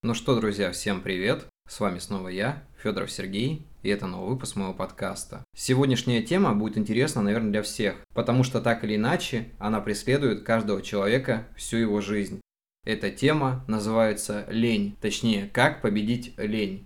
Ну что, друзья, всем привет! С вами снова я, Федоров Сергей, и это новый выпуск моего подкаста. Сегодняшняя тема будет интересна, наверное, для всех, потому что так или иначе она преследует каждого человека всю его жизнь. Эта тема называется лень, точнее, как победить лень.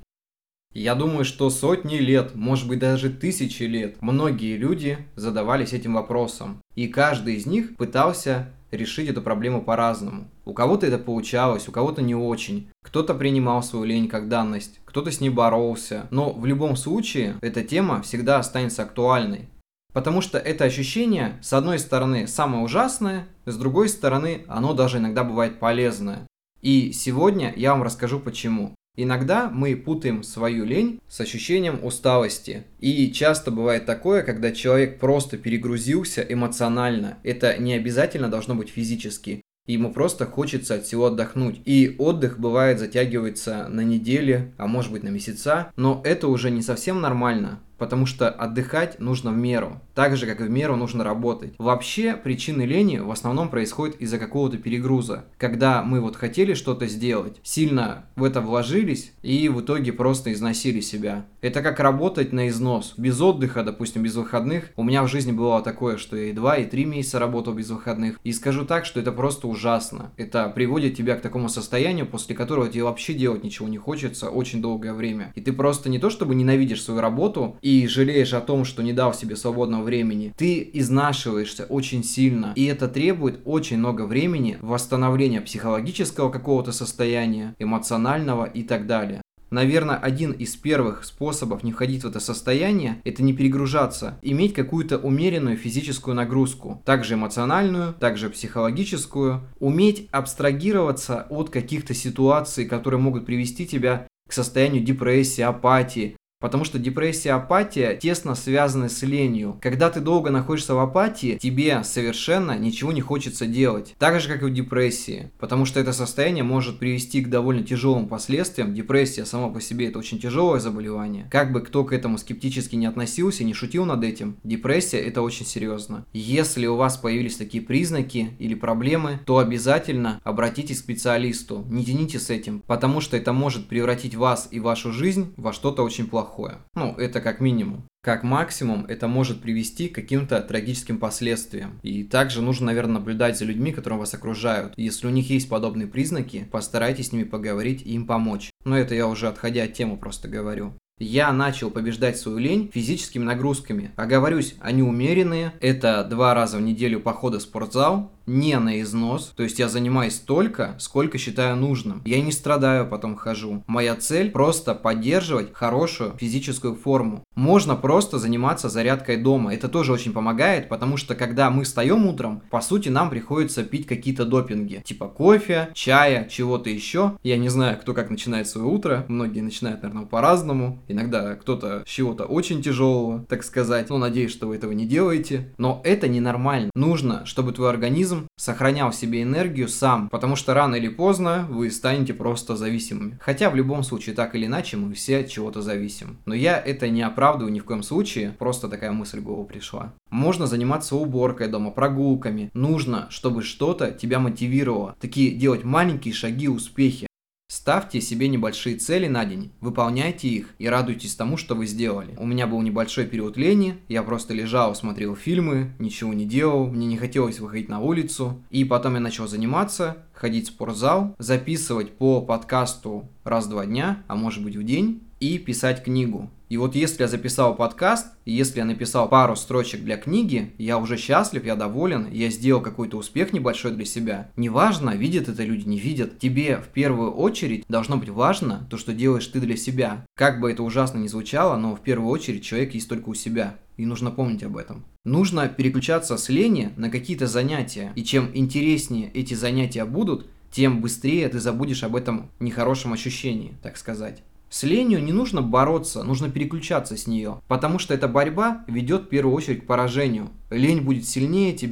Я думаю, что сотни лет, может быть даже тысячи лет, многие люди задавались этим вопросом, и каждый из них пытался решить эту проблему по-разному. У кого-то это получалось, у кого-то не очень. Кто-то принимал свою лень как данность, кто-то с ней боролся. Но в любом случае, эта тема всегда останется актуальной. Потому что это ощущение, с одной стороны, самое ужасное, с другой стороны, оно даже иногда бывает полезное. И сегодня я вам расскажу почему. Иногда мы путаем свою лень с ощущением усталости. И часто бывает такое, когда человек просто перегрузился эмоционально. Это не обязательно должно быть физически. Ему просто хочется от всего отдохнуть. И отдых бывает затягивается на недели, а может быть на месяца. Но это уже не совсем нормально. Потому что отдыхать нужно в меру, так же, как и в меру нужно работать. Вообще, причины лени в основном происходят из-за какого-то перегруза. Когда мы хотели что-то сделать, сильно в это вложились и в итоге просто износили себя. Это как работать на износ. Без отдыха, допустим, без выходных. У меня в жизни было такое, что я и 2, и 3 месяца работал без выходных. И скажу так, что это просто ужасно. Это приводит тебя к такому состоянию, после которого тебе вообще делать ничего не хочется очень долгое время. И ты просто не то чтобы ненавидишь свою работу и жалеешь о том, что не дал себе свободного времени, ты изнашиваешься очень сильно, и это требует очень много времени восстановления психологического какого-то состояния, эмоционального и так далее. Наверное, один из первых способов не входить в это состояние – это не перегружаться, иметь какую-то умеренную физическую нагрузку, также эмоциональную, также психологическую, уметь абстрагироваться от каких-то ситуаций, которые могут привести тебя к состоянию депрессии, апатии. Потому что депрессия и апатия тесно связаны с ленью. Когда ты долго находишься в апатии, тебе совершенно ничего не хочется делать. Так же, как и в депрессии. Потому что это состояние может привести к довольно тяжелым последствиям. Депрессия сама по себе это очень тяжелое заболевание. Как бы кто к этому скептически не относился, не шутил над этим, депрессия это очень серьезно. Если у вас появились такие признаки или проблемы, то обязательно обратитесь к специалисту. Не тяните с этим, потому что это может превратить вас и вашу жизнь во что-то очень плохое. Ну, это как минимум. Как максимум, это может привести к каким-то трагическим последствиям. И также нужно, наверное, наблюдать за людьми, которые вас окружают. Если у них есть подобные признаки, постарайтесь с ними поговорить и им помочь. Но это я уже отходя от темы просто говорю. Я начал побеждать свою лень физическими нагрузками. Оговорюсь, они умеренные. Это 2 раза в неделю похода в спортзал. Не на износ, то есть я занимаюсь столько, сколько считаю нужным. Я не страдаю, потом хожу. Моя цель просто поддерживать хорошую физическую форму. Можно просто заниматься зарядкой дома. Это тоже очень помогает, потому что когда мы встаем утром, по сути нам приходится пить какие-то допинги. Типа кофе, чая, чего-то еще. Я не знаю, кто как начинает свое утро. Многие начинают, наверное, по-разному. Иногда кто-то с чего-то очень тяжелого, так сказать. Но надеюсь, что вы этого не делаете. Но это ненормально. Нужно, чтобы твой организм сохранял в себе энергию сам, потому что рано или поздно вы станете просто зависимыми. Хотя в любом случае, так или иначе, мы все от чего-то зависим. Но я это не оправдываю ни в коем случае, просто такая мысль в голову пришла. Можно заниматься уборкой дома, прогулками. Нужно, чтобы что-то тебя мотивировало. Такие делать маленькие шаги, успехи. Ставьте себе небольшие цели на день, выполняйте их и радуйтесь тому, что вы сделали. У меня был небольшой период лени, я просто лежал, смотрел фильмы, ничего не делал, мне не хотелось выходить на улицу. И потом я начал заниматься, ходить в спортзал, записывать по подкасту раз в 2 дня, а может быть в день, и писать книгу. И если я записал подкаст, и если я написал пару строчек для книги, я уже счастлив, я доволен, я сделал какой-то успех небольшой для себя. Неважно, видят это люди, не видят. Тебе в первую очередь должно быть важно то, что делаешь ты для себя. Как бы это ужасно ни звучало, но в первую очередь человек есть только у себя. И нужно помнить об этом. Нужно переключаться с лени на какие-то занятия. И чем интереснее эти занятия будут, тем быстрее ты забудешь об этом нехорошем ощущении, так сказать. С ленью не нужно бороться, нужно переключаться с нее, потому что эта борьба ведет в первую очередь к поражению. Лень будет сильнее тебя,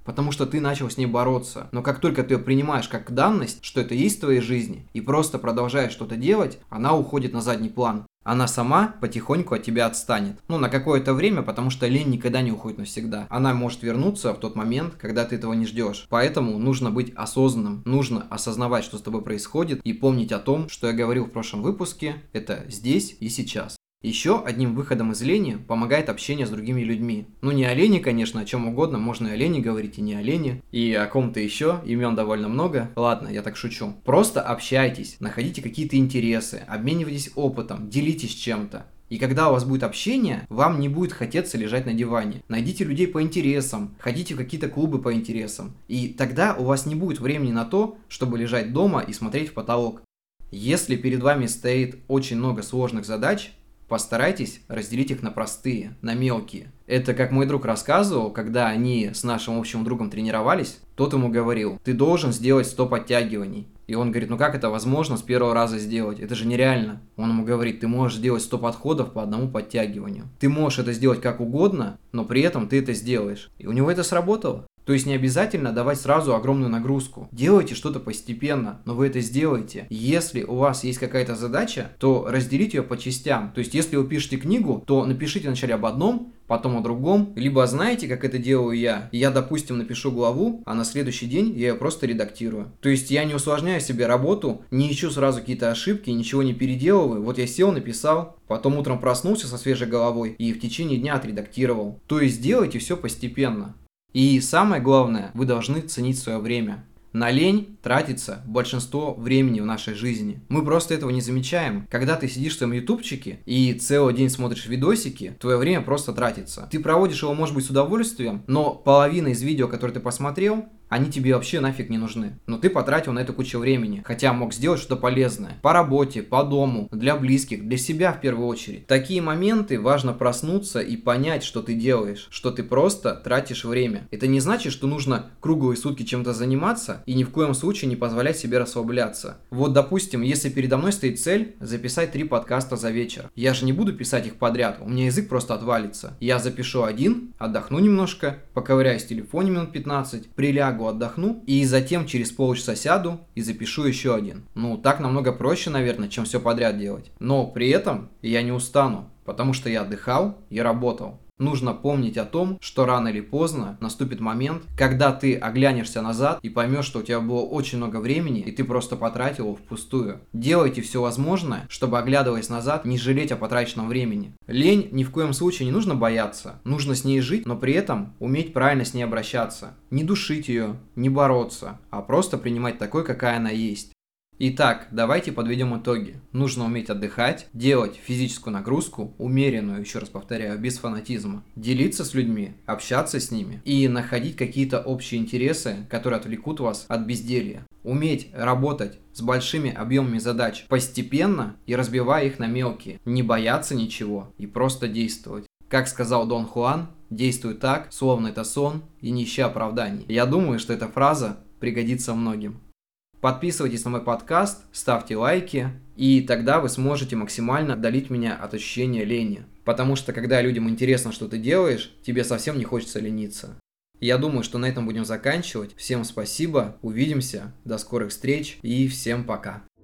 потому что ты начал с ней бороться. Но как только ты ее принимаешь как данность, что это есть в твоей жизни, и просто продолжаешь что-то делать, она уходит на задний план. Она сама потихоньку от тебя отстанет. Ну, на какое-то время, потому что лень никогда не уходит навсегда. Она может вернуться в тот момент, когда ты этого не ждешь. Поэтому нужно быть осознанным, нужно осознавать, что с тобой происходит, и помнить о том, что я говорил в прошлом выпуске, это здесь и сейчас. Еще одним выходом из лени помогает общение с другими людьми. Ну, не о лени, конечно, о чем угодно, можно и о лени говорить, и не о лени, и о ком-то еще, имен довольно много. Ладно, я так шучу. Просто общайтесь, находите какие-то интересы, обменивайтесь опытом, делитесь чем-то. И когда у вас будет общение, вам не будет хотеться лежать на диване. Найдите людей по интересам, ходите в какие-то клубы по интересам. И тогда у вас не будет времени на то, чтобы лежать дома и смотреть в потолок. Если перед вами стоит очень много сложных задач, постарайтесь разделить их на простые, на мелкие. Это как мой друг рассказывал, когда они с нашим общим другом тренировались, тот ему говорил: ты должен сделать 100 подтягиваний. И он говорит: ну как это возможно с первого раза сделать? Это же нереально. Он ему говорит: ты можешь сделать 100 подходов по одному подтягиванию. Ты можешь это сделать как угодно, но при этом ты это сделаешь. И у него это сработало. То есть не обязательно давать сразу огромную нагрузку. Делайте что-то постепенно, но вы это сделаете. Если у вас есть какая-то задача, то разделите ее по частям. То есть если вы пишете книгу, то напишите вначале об одном, потом о другом. Либо знаете, как это делаю я. Я, допустим, напишу главу, а на следующий день я ее просто редактирую. То есть я не усложняю себе работу, не ищу сразу какие-то ошибки, ничего не переделываю. Вот я сел, написал, потом утром проснулся со свежей головой и в течение дня отредактировал. То есть делайте все постепенно. И самое главное, вы должны ценить свое время. На лень тратится большинство времени в нашей жизни. Мы просто этого не замечаем. Когда ты сидишь в своем ютубчике и целый день смотришь видосики, твое время просто тратится. Ты проводишь его, может быть, с удовольствием, но половина из видео, которые ты посмотрел, они тебе вообще нафиг не нужны. Но ты потратил на это кучу времени, хотя мог сделать что-то полезное. По работе, по дому, для близких, для себя в первую очередь. В такие моменты важно проснуться и понять, что ты делаешь, что ты просто тратишь время. Это не значит, что нужно круглые сутки чем-то заниматься и ни в коем случае не позволять себе расслабляться. Вот, допустим, если передо мной стоит цель записать 3 подкаста за вечер. Я же не буду писать их подряд, у меня язык просто отвалится. Я запишу один, отдохну немножко, поковыряюсь в телефоне минут 15, прилягу, отдохну, и затем через полчаса сяду и запишу еще один. Ну, так намного проще, наверное, чем все подряд делать. Но при этом я не устану, потому что я отдыхал и работал. Нужно помнить о том, что рано или поздно наступит момент, когда ты оглянешься назад и поймешь, что у тебя было очень много времени, и ты просто потратил его впустую. Делайте все возможное, чтобы, оглядываясь назад, не жалеть о потраченном времени. Лень ни в коем случае не нужно бояться. Нужно с ней жить, но при этом уметь правильно с ней обращаться. Не душить ее, не бороться, а просто принимать такой, какая она есть. Итак, давайте подведем итоги. Нужно уметь отдыхать, делать физическую нагрузку, умеренную, еще раз повторяю, без фанатизма, делиться с людьми, общаться с ними и находить какие-то общие интересы, которые отвлекут вас от безделья. Уметь работать с большими объемами задач постепенно и разбивая их на мелкие. Не бояться ничего и просто действовать. Как сказал Дон Хуан, действуй так, словно это сон, и не ищи оправданий. Я думаю, что эта фраза пригодится многим. Подписывайтесь на мой подкаст, ставьте лайки, и тогда вы сможете максимально отдалить меня от ощущения лени. Потому что когда людям интересно, что ты делаешь, тебе совсем не хочется лениться. Я думаю, что на этом будем заканчивать. Всем спасибо, увидимся, до скорых встреч и всем пока.